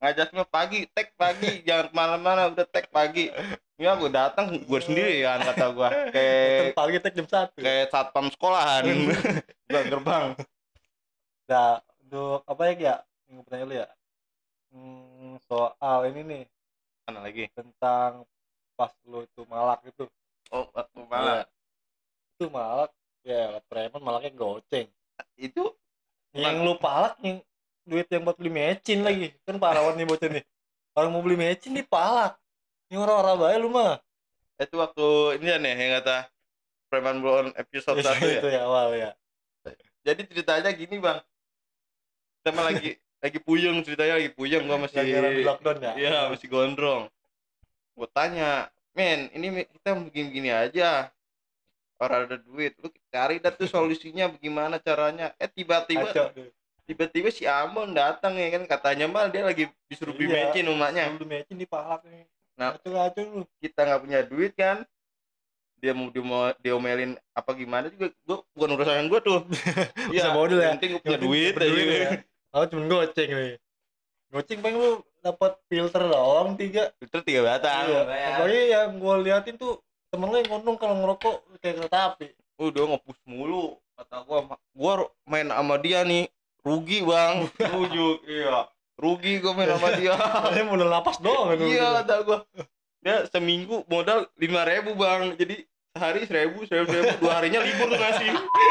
ngajaknya pagi, tag pagi, jangan kemana-mana, udah tag pagi. Ya gue datang gue sendiri kan kata gue kayak pagi tek jam satu. kayak satpam sekolahan buka gerbang. Nah, untuk apa ya ya? Yang gue tanya lu ya. Hmm, soal ini nih Mana lagi? tentang pas lu itu malak itu. Oh, waktu malah Itu malak ya preman malaknya goceng. itu Yang lu palak yang duit yang buat beli mecin lagi. Kan parawan nih bocah nih. Orang mau beli mecin nih palak. Ini orang-orang baik lu mah. itu waktu ini ya nih yang kata Preman Blown episode satu ya. Itu ya awal ya. Jadi ceritanya gini bang, kita mah lagi lagi puyeng ceritanya lagi puyeng gua masih Lagi lagi lockdown ya. iya masih gondrong. Gua tanya, men ini mi- kita begini-begini aja, orang ada duit, lu cari dah tuh solusinya bagaimana caranya. Eh tiba-tiba Kacau tuh. tiba-tiba si Amon datang ya kan katanya mah dia lagi disuruh beli Iya. mecin umaknya. Lu beli mecin di palak nih. Nah. Kacau-kacau lu. Kita nggak punya duit kan, dia mau dia mau diomelin apa gimana juga gua bukan urusan gua tuh. Bisa Iya, modal ya. yang penting gua punya Yang penting duit dapet duit aja. ya. Oh cuma goceng nih. Goceng pengen lu dapat filter doang tiga. Filter tiga batang. Iya. bayar. Apalagi yang gua liatin tuh temen lu yang ngomong kalau ngerokok kayak kereta api. Udah ngepus mulu kata gua gua main sama dia nih rugi bang. Rujuk iya rugi gua main sama dia. Dia modal napas doang kan. Iya kata gua dia seminggu modal lima ribu bang, jadi sehari seribu seribu seribu dua harinya libur tuh ngasih.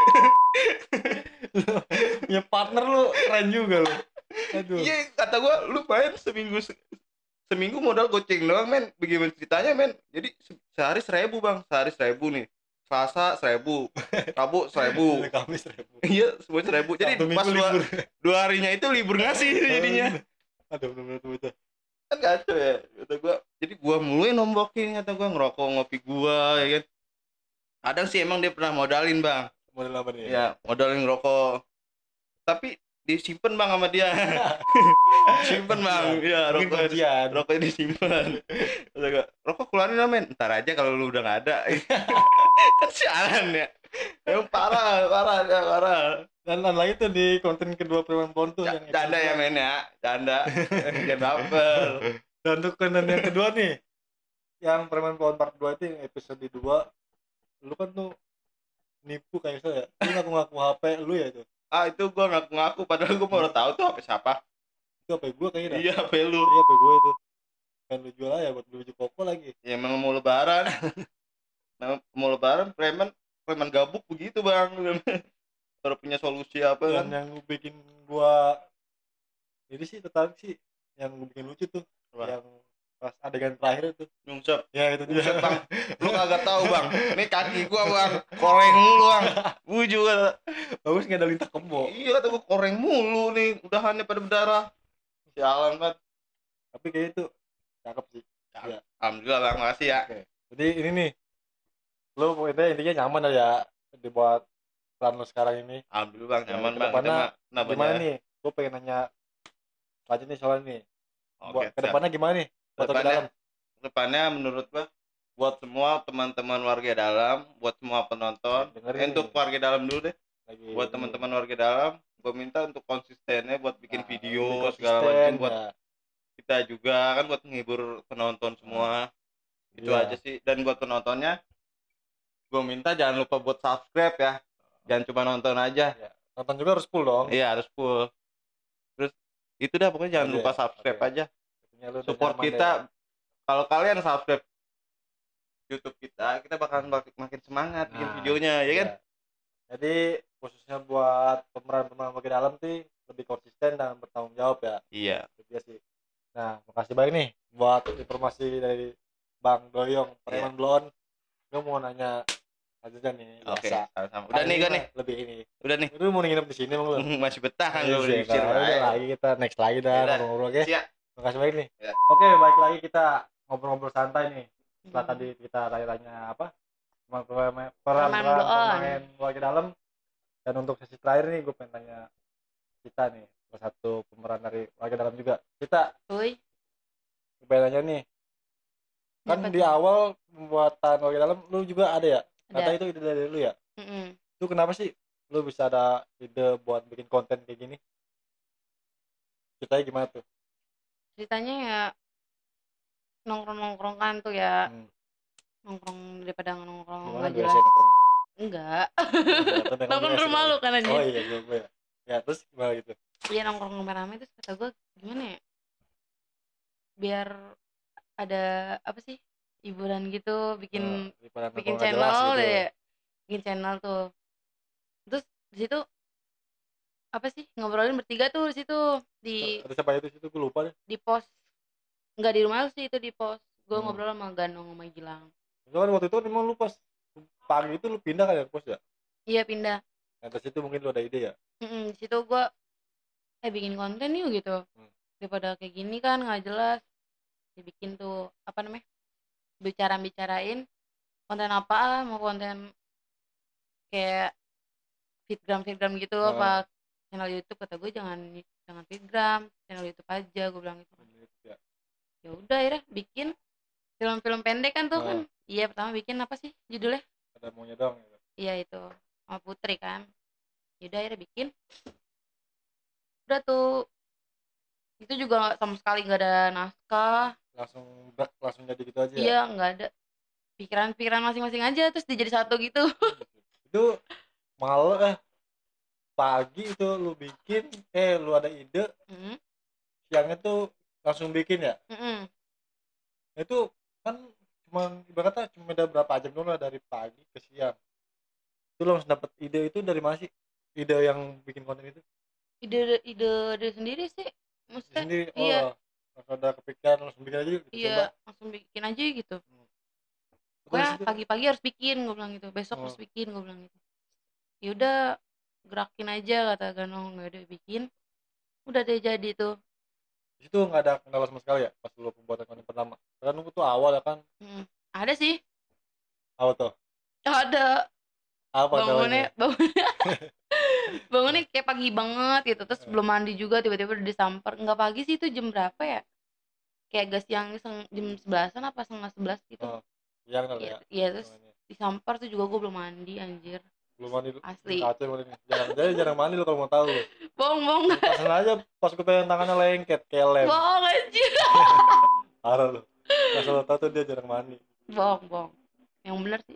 Ya partner lu keren juga lu. Aduh. Iya kata gua lu main seminggu se- seminggu modal goceng doang men, bagaimana ceritanya men. Jadi se- sehari seribu bang, sehari seribu nih, Selasa seribu, Rabu seribu. Kami seribu. Iya semua seribu, jadi Sabtu pas Minggu dua, libur. dua harinya itu libur ngasih jadinya. Aduh bener-bener tuh itu. Kan kacau ya kata gua, jadi gua mulu yang nombokin kata gua, ngerokok ngopi gua ya kan. Kadang sih emang dia pernah modalin bang, Modal apa nih? ya modalin ngerokok, tapi disimpan bang sama dia. Simpen bang, ya Mungkin rokok kuncian. rokoknya disimpan. Kata gua, rokok keluarin lah men, ntar aja kalau lu udah nggak ada. Kan sialan ya, emang parah parah ya parah. Dan dan lagi tuh di konten kedua Preman Blonde tuh Ja- yang Canda ya men ya, canda. Jangan baper. Dan untuk konten yang kedua nih yang Preman Blonde part dua itu yang episode dua lu kan tuh nipu kayak saya lu ngaku-ngaku H P lu ya itu Ah itu gua ngaku-ngaku padahal gua baru tahu tuh H P siapa. itu H P gua kayaknya dah. Iya H P lu. Iya H P gua itu kan lu jual aja buat beli baju koko lagi. Ya emang mau lebaran. Nah, mau lebaran preman preman gabuk begitu bang. Baru punya solusi apa Dan kan? yang bikin gua ini sih tertarik sih yang gua bikin lucu tuh Apa? yang pas adegan terakhir itu Nyungsep. ya itu Buset dia bang, lu kagak tahu bang. Ini kaki gua bang, koreng mulu bang. Buju kata. bagus nggak ada lintah kebo Iya kata gua koreng mulu nih, udahannya pada berdarah. Sialan banget. tapi kayak itu cakep sih. Iya. Alhamdulillah bang, makasih ya. Oke jadi ini nih lu pokoknya intinya nyaman lah ya dibuat peran lu sekarang ini. Alhamdulillah bang, nyaman Ya, bang. Kita kedepannya mah namanya- Gimana nih gua pengen nanya lanjut nih soalnya nih Oke, buat siap. kedepannya gimana nih buat ke Kedepannya- dalam Depannya menurut gua buat semua teman-teman warga dalam, buat semua penonton, Dengerin eh, untuk nih. warga dalam dulu deh. lagi Buat teman-teman warga dalam, gua minta untuk konsistennya buat bikin Nah, video lebih segala konsisten, macam buat ya. kita juga kan buat menghibur penonton semua. Itu Iya. aja sih. Dan buat penontonnya gua minta jangan lupa buat subscribe ya. Jangan cuma nonton aja. Iya. Nonton juga harus full dong. Iya, harus full. Terus itu dah pokoknya jangan Oke, lupa subscribe oke. aja. Intinya lu udah Support nyaman kita. deh. Kalau kalian subscribe YouTube kita, kita bakalan mak- makin semangat bikin Nah, videonya, ya kan? iya. Jadi khususnya buat pemeran-pemeran warga dalam tuh lebih konsisten dan bertanggung jawab ya. Iya. Itu dia sih. Nah, makasih banyak nih buat informasi dari Bang Doyong Preman Blonde. Gue mau nanya lanjutnya nih Oke, biasa. sama-sama. Udah nih, Kali gua ini nih. mah lebih ini. Udah nih. Lu mau nginep di sini emang lu? Masih betah kan Iya gua sih, berpikir. nah, udah lagi kita next lagi dah Yaudah. ngobrol-ngobrol oke. Siap. Makasih banyak nih. Ya. Oke, balik lagi kita ngobrol-ngobrol santai nih. Setelah tadi kita tanya-tanya apa? Peran peran Preman Blonde. pemain warga dalam. Dan untuk sesi terakhir nih gue pengen tanya kita nih, salah satu pemeran dari warga dalam juga. Kita Uy, gue pengen tanya nih. Kan Apa di tuh? awal pembuatan warga dalam lu juga ada ya? Kata ada. itu ide dari lu ya? Mm-mm. Itu kenapa sih lu bisa ada ide buat bikin konten kayak gini? Ceritanya gimana tuh? ceritanya ya nongkrong-nongkrong kan tuh ya, Hmm. nongkrong daripada nongkrong Gimana nggak di W C jelas. nongkrong? Enggak. Atau nongkrong Nongkrong di W C rumah lu nongkrong? kan Oh anjir. iya gue gue ya. Ya terus gimana gitu? Iya nongkrong rame-rame terus kata gue gimana ya? Biar ada apa sih? Hiburan gitu, bikin Eh, daripada bikin nongkrong nggak jelas channel gitu. deh. Bikin channel tuh. Terus di situ apa sih? Ngobrolin bertiga tuh di situ di Ada siapa itu situ gue lupa deh. di pos. Enggak di rumah lu sih itu di pos. Gue Hmm. ngobrol sama Ganong sama Gilang. Itu kan waktu itu kan emang lu pas pagi itu lu pindah kan ya pos ya? Iya pindah. Nah, dari situ mungkin lu ada ide ya? Mm-mm, di situ gue eh bikin konten yuk gitu. Hmm. Daripada kayak gini kan nggak jelas. Dibikin tuh apa namanya? Bicara-bicarain konten apa, mau konten kayak fitgram fitgram gitu Ah. apa channel YouTube, kata gue jangan jangan fitgram, channel YouTube aja gue bilang gitu. Ya. Ya udah akhirnya bikin film-film pendek kan tuh Ah. kan. Iya pertama bikin apa sih judulnya? Ada maunya dong gitu. Iya itu sama Putri kan. Ya udah akhirnya bikin. Udah tuh itu juga nggak sama sekali nggak ada naskah. Langsung brak, langsung jadi gitu aja ya? Iya nggak ada pikiran-pikiran masing-masing aja terus dijadi satu gitu. Itu malam eh pagi itu lu bikin eh lu ada ide Mm, siangnya tuh langsung bikin ya? mm-mm. Itu kan cuma ibaratnya cuma ada berapa jam doang lah dari pagi ke siang. Itu lu langsung dapet ide itu dari mana sih? Ide yang bikin konten itu? ide ide ide sendiri sih Di maksudnya. sendiri Iya. oh langsung ada kepikiran langsung bikin aja yuk, kita coba. Iya langsung bikin aja gitu. Terus Pokoknya itu pagi-pagi harus bikin gue bilang gitu, besok Oh. harus bikin gue bilang gitu. Ya udah gerakin aja kata Ganong, nggak ada bikin. Udah deh jadi tuh. di situ nggak ada kendala sama sekali ya pas lu pembuatan konten pertama. Karena lu tuh awal ya kan Mm. Ada sih, awal tuh ada apa bangunnya kendalanya? bangunnya bangunnya kayak pagi banget gitu, terus belum mandi juga tiba-tiba udah disamper. Nggak pagi sih itu jam berapa ya? Kayak agak siang seng- jam sebelasan apa setengah sebelas gitu. Oh, yang kali Iya, ya. iya terus Namanya. disamper tuh juga gue belum mandi anjir. Belum mandi lu. Asli. Kacau banget ini. Jarang jadi jarang mandi lu kalau mau tahu lu. Bohong bohong Pasan aja pas gue pengen tangannya lengket kayak lem. bohong anjir. Parah lu. Pas lu tahu tuh dia jarang mandi. Bohong bohong. Yang bener sih.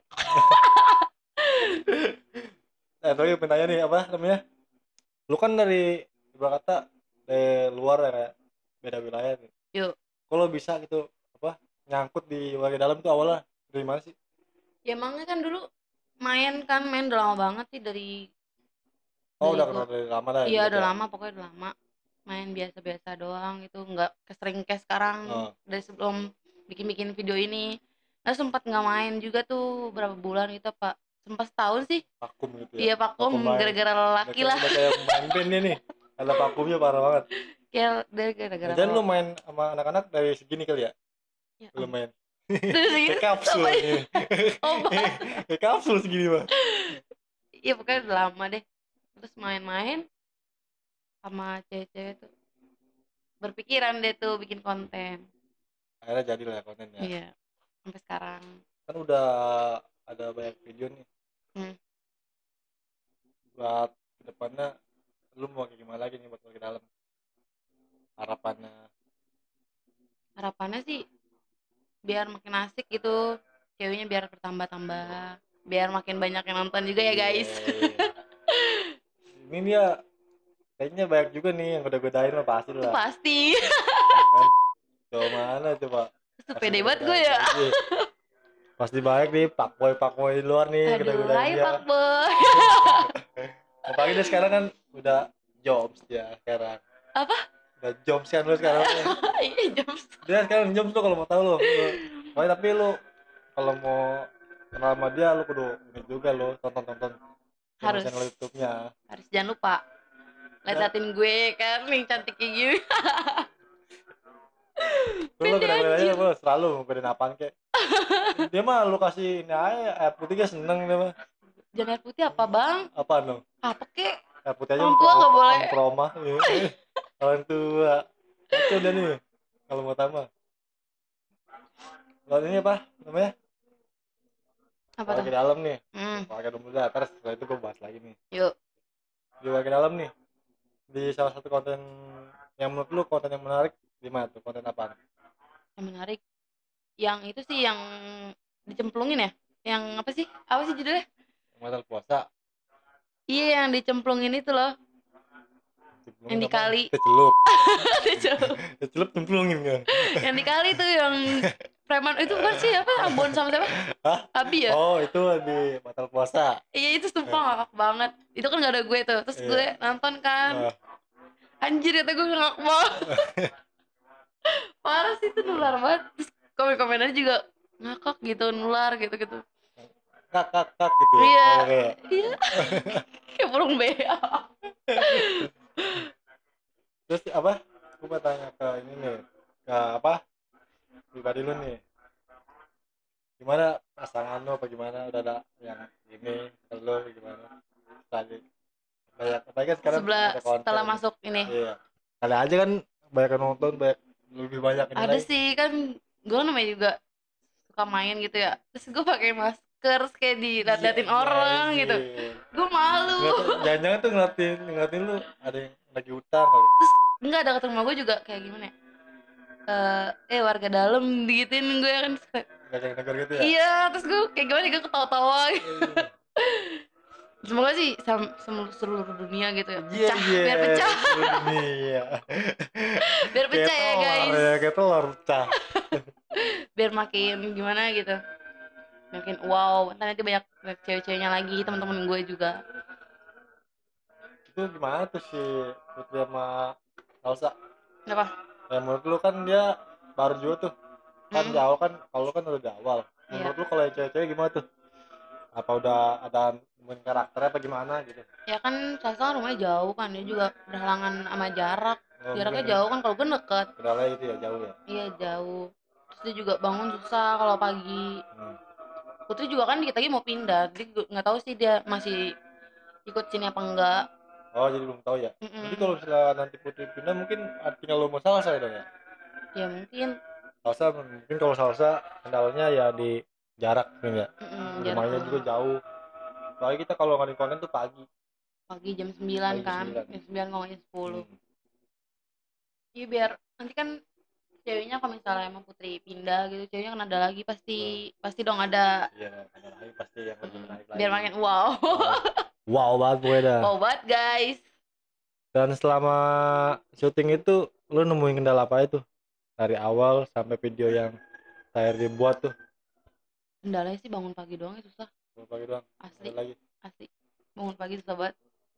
Eh, tapi pengen tanya nih apa namanya? Lu kan dari ibarat kata dari luar ya kayak beda wilayah nih. Yuk. Kalau bisa gitu apa nyangkut di warga dalam tuh awalnya dari mana sih? Ya emangnya kan dulu main kan main udah lama banget sih dari Oh, dari udah gua. kenal dari lama dah. Iya gitu udah ya? lama pokoknya udah lama main biasa-biasa doang gitu, nggak kesering kayak sekarang. Oh. Dari sebelum bikin-bikin video ini nah sempat nggak main juga tuh berapa bulan gitu pak, sempat setahun sih. Vakum gitu ya. Iya vakum Vakum main. gara-gara lelaki Udah lah. kayak- udah kayak main band ini nih. Ada vakumnya parah banget. Kayak dari gara-gara Dan lu lelaki. main sama anak-anak dari segini kali ya? Ya, Lu main. Terus gitu, Kayak kapsul. apa ya? ini. Oh, Bang. Kayak kapsul segini mah. Iya pokoknya udah lama deh. Terus main-main sama cewek-cewek tuh berpikiran deh tuh bikin konten. Akhirnya jadi lah kontennya. Iya sampai sekarang. Kan udah ada banyak video nih. Hmm. Buat kedepannya lu mau kayak gimana lagi nih buat ke dalam? Harapannya. Harapannya sih biar makin asik gitu, ceweknya biar bertambah-tambah, biar makin banyak yang nonton juga ya guys. Yeay. Ini dia kayaknya banyak juga nih yang goda-godain mah pasti Itu lah. pasti. Kan? Coba mana coba? Itu pede banget gue ya. Iya. Pasti baik nih pakboy pakboy di luar nih Aduh, goda-godain hai dia. Pak Boy. Apalagi dia sekarang kan udah jobs ya sekarang. Apa? Udah jobs kan lu sekarang. Iya jobs. Dia sekarang jobs tuh kalau mau tahu lu. Pokoknya tapi lu kalau mau kenal sama dia lu kudu ini juga lu tonton-tonton Harus. channel YouTube-nya. Harus jangan lupa liatin gue kan nih cantik kayak gini. Lu lu goda-godanya lu selalu godain apaan kek. Dia mah lu kasih ini aja air putih dia seneng dia mah. Jangan air putih apa bang? Apaan dong? Apa kek? Air putih aja Orang tua nggak boleh. proma. Orang tua. Itu udah nih kalau mau tambah. Kalau ini apa namanya? Apa Kalau tuh? ke dalam nih. Hmm, Pakai dulu dah, terus setelah itu gue bahas lagi nih. yuk. Di warga dalam nih. Di salah satu konten yang menurut lu konten yang menarik Gimana tuh konten apaan? Yang menarik yang itu sih yang dicemplungin ya, yang apa sih apa sih judulnya? Masalah puasa. Iya yang dicemplungin itu loh. Yang di kali. Kita celup. Dicelup. Kita celup cemplungin kan. Yang di kali tuh yang preman itu bukan sih apa Ambon sama siapa? Hah? Abi ya? Oh itu di batal puasa. Iya itu sumpah ngakak banget. Itu kan gak ada gue tuh. Terus Iya. gue nonton kan. Nah, Anjir kata gue ngakak banget. Parah sih itu nular banget. Terus komen-komennya juga ngakak gitu, nular gitu-gitu. kak kak kak gitu ya. Iya. Oh, kayak Iya. Kayak burung bea. terus apa? Gue mau tanya ke ini nih, ke apa? Pribadi lu nih. Gimana pasangan lu apa gimana? Udah ada yang ini ke lu gimana? Tadi banyak apalagi kan sekarang Sebelah ada konten. setelah masuk ini. Iya. Kali aja kan banyak yang nonton, banyak lebih banyak ini Ada lagi. sih kan gue namanya juga suka main gitu ya. Terus gue pakai masker terus kayak diliatin Iya, orang iya, gitu. iya. Gue malu. Ngeliat- Jangan-jangan tuh ngeliatin ngeliatin lu ada yang lagi utang kali. Enggak ada ketemu gue juga kayak gimana ya? Eh, eh warga dalam digituin gue kan. Terus kayak, Gak yang negara gitu ya. iya, terus gue kayak gimana gue ketawa-tawa gitu. Iya. Semoga sih sam- sem- seluruh dunia gitu ya. Iya, Pecah, iya. biar pecah, Iya. biar pecah ya Kayak telur, guys. ya, kayak telur pecah. Biar makin gimana gitu. Makin wow, ntar nanti banyak cewek-ceweknya lagi, teman-teman gue juga. Itu gimana tuh si Putri sama Salsa? Kenapa? Ya menurut lu kan dia baru juga tuh. Kan Hmm. di awal kan kalau lu kan udah di awal. Menurut lu kalau yang cewek-cewek gimana tuh? Apa udah ada nemuin karakternya apa gimana gitu? Ya kan Salsa rumahnya jauh kan, dia juga berhalangan sama jarak. Oh, Jaraknya mungkin jauh kan, kalau gue deket. kendalanya itu ya jauh ya. Iya jauh. Terus dia juga bangun susah kalau pagi. Hmm. Putri juga kan dikit lagi mau pindah, jadi gue nggak tahu sih dia masih ikut sini apa enggak. Oh jadi belum tahu ya. Mm-mm. Jadi kalau misalnya nanti Putri pindah mungkin artinya lu mau Salsa ya dong ya. Ya mungkin. Salsa mungkin kalau Salsa kendalanya ya di jarak mungkin ya. Mm-mm, jarak Rumahnya juga jauh. Soalnya kita kalau ngadain konten tuh pagi. pagi jam sembilan Pagi kan, sembilan. jam sembilan kalau nggak jam sepuluh. Hmm. Iya biar nanti kan ceweknya kalau misalnya emang Putri pindah gitu, ceweknya kan ada lagi pasti pasti dong ada. Iya, ada lagi pasti yang lebih menarik lagi. Biar makin wow. Wow banget gue dah. Wow banget guys. Dan selama syuting itu lu nemuin kendala apa itu? Dari awal sampai video yang terakhir dibuat tuh. Kendalanya sih bangun pagi doang ya susah, Berapa pagi doang? asli Ada lagi. asli. Bangun pagi susah banget.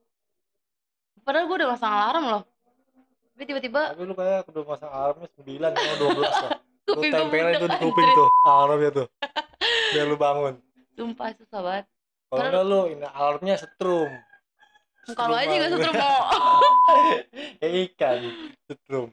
Padahal gue udah masang alarm loh. Tapi tiba-tiba Tapi lu kayak udah masang alarmnya sembilan atau dua belas lah. Lu kuping gue tempelin budak, tuh di kuping anjir. tuh alarmnya tuh. Biar lu bangun. Sumpah susah banget. Kalau Padahal- enggak lu ini alarmnya setrum. Kalau aja juga setrum mau. Kayak ikan setrum.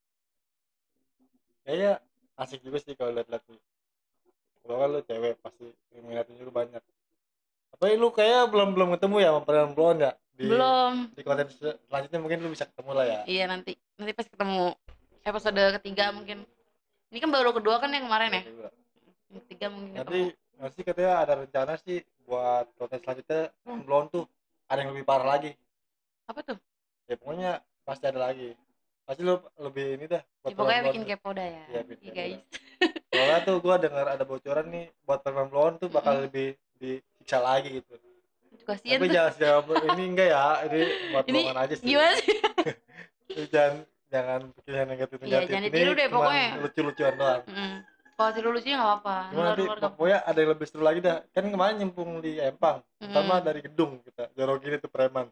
Kayaknya asik juga sih kalau lihat-lihat nih. Kalau kan lu cewek pasti ngeliatin juga banyak. Tapi lu kayak belum belum ketemu ya sama Preman Blonde ya? Di, Belum. Di konten se- selanjutnya mungkin lu bisa ketemu lah ya. Iya nanti nanti pas ketemu episode ketiga mungkin. Ini kan baru kedua kan yang kemarin ya. Yang ketiga mungkin Nanti ketemu. nanti katanya ada rencana sih buat konten selanjutnya Preman Blonde tuh ada yang lebih parah lagi. Apa tuh? Ya pokoknya pasti ada lagi. Pasti lu lebih ini dah. Ya, pokoknya bikin kepo dah ya. Iya, bikin Iya kepo guys. Soalnya tuh gua dengar ada bocoran nih buat Preman Blonde tuh bakal Mm-mm. lebih disiksa lagi gitu. Kasian Tapi tuh. jangan jawab ini enggak ya, ini buat Ini bohongan aja sih. gimana sih? Lu jangan jangan pikir yang negatif Iya, negatif. jangan Ini ditiru deh, cuman pokoknya. lucu-lucuan doang. Mm. Kalau tidur lucunya nggak apa-apa. Cuma nanti Luar-luar nggak- pokoknya ada yang lebih seru lagi dah. Kan kemarin nyempung di Empang, pertama Mm. dari gedung kita jorokin itu preman.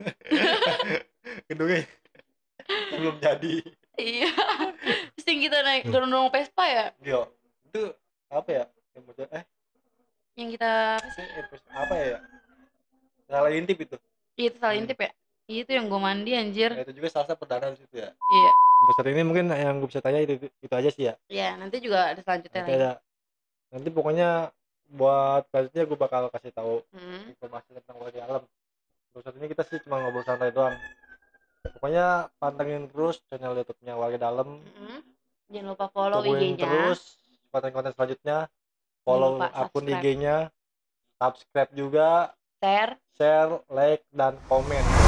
Gedungnya belum jadi. Iya. Terus yang kita naik dorong-dorong Vespa ya, Yo, itu apa ya? Yang mau eh yang kita apa sih? eh, apa ya? Salah intip itu. Iya, itu salah Hmm. intip ya. Iya, itu yang gue mandi anjir. Ya, itu juga salah satu perdana di situ ya. Iya. Untuk saat ini mungkin yang gue bisa tanya itu, itu, itu aja sih ya. Iya, nanti juga ada selanjutnya Nanti lagi. ada nanti pokoknya buat selanjutnya gue bakal kasih tahu Hmm. informasi tentang warga alam. Untuk saat ini kita sih cuma ngobrol santai doang. Pokoknya pantengin terus channel YouTube-nya Warga Dalam. Mm-mm. Jangan lupa follow Tungguin I G-nya. terus konten-konten selanjutnya. Follow lupa akun subscribe. I G-nya. Subscribe juga, Share. share, like dan komen.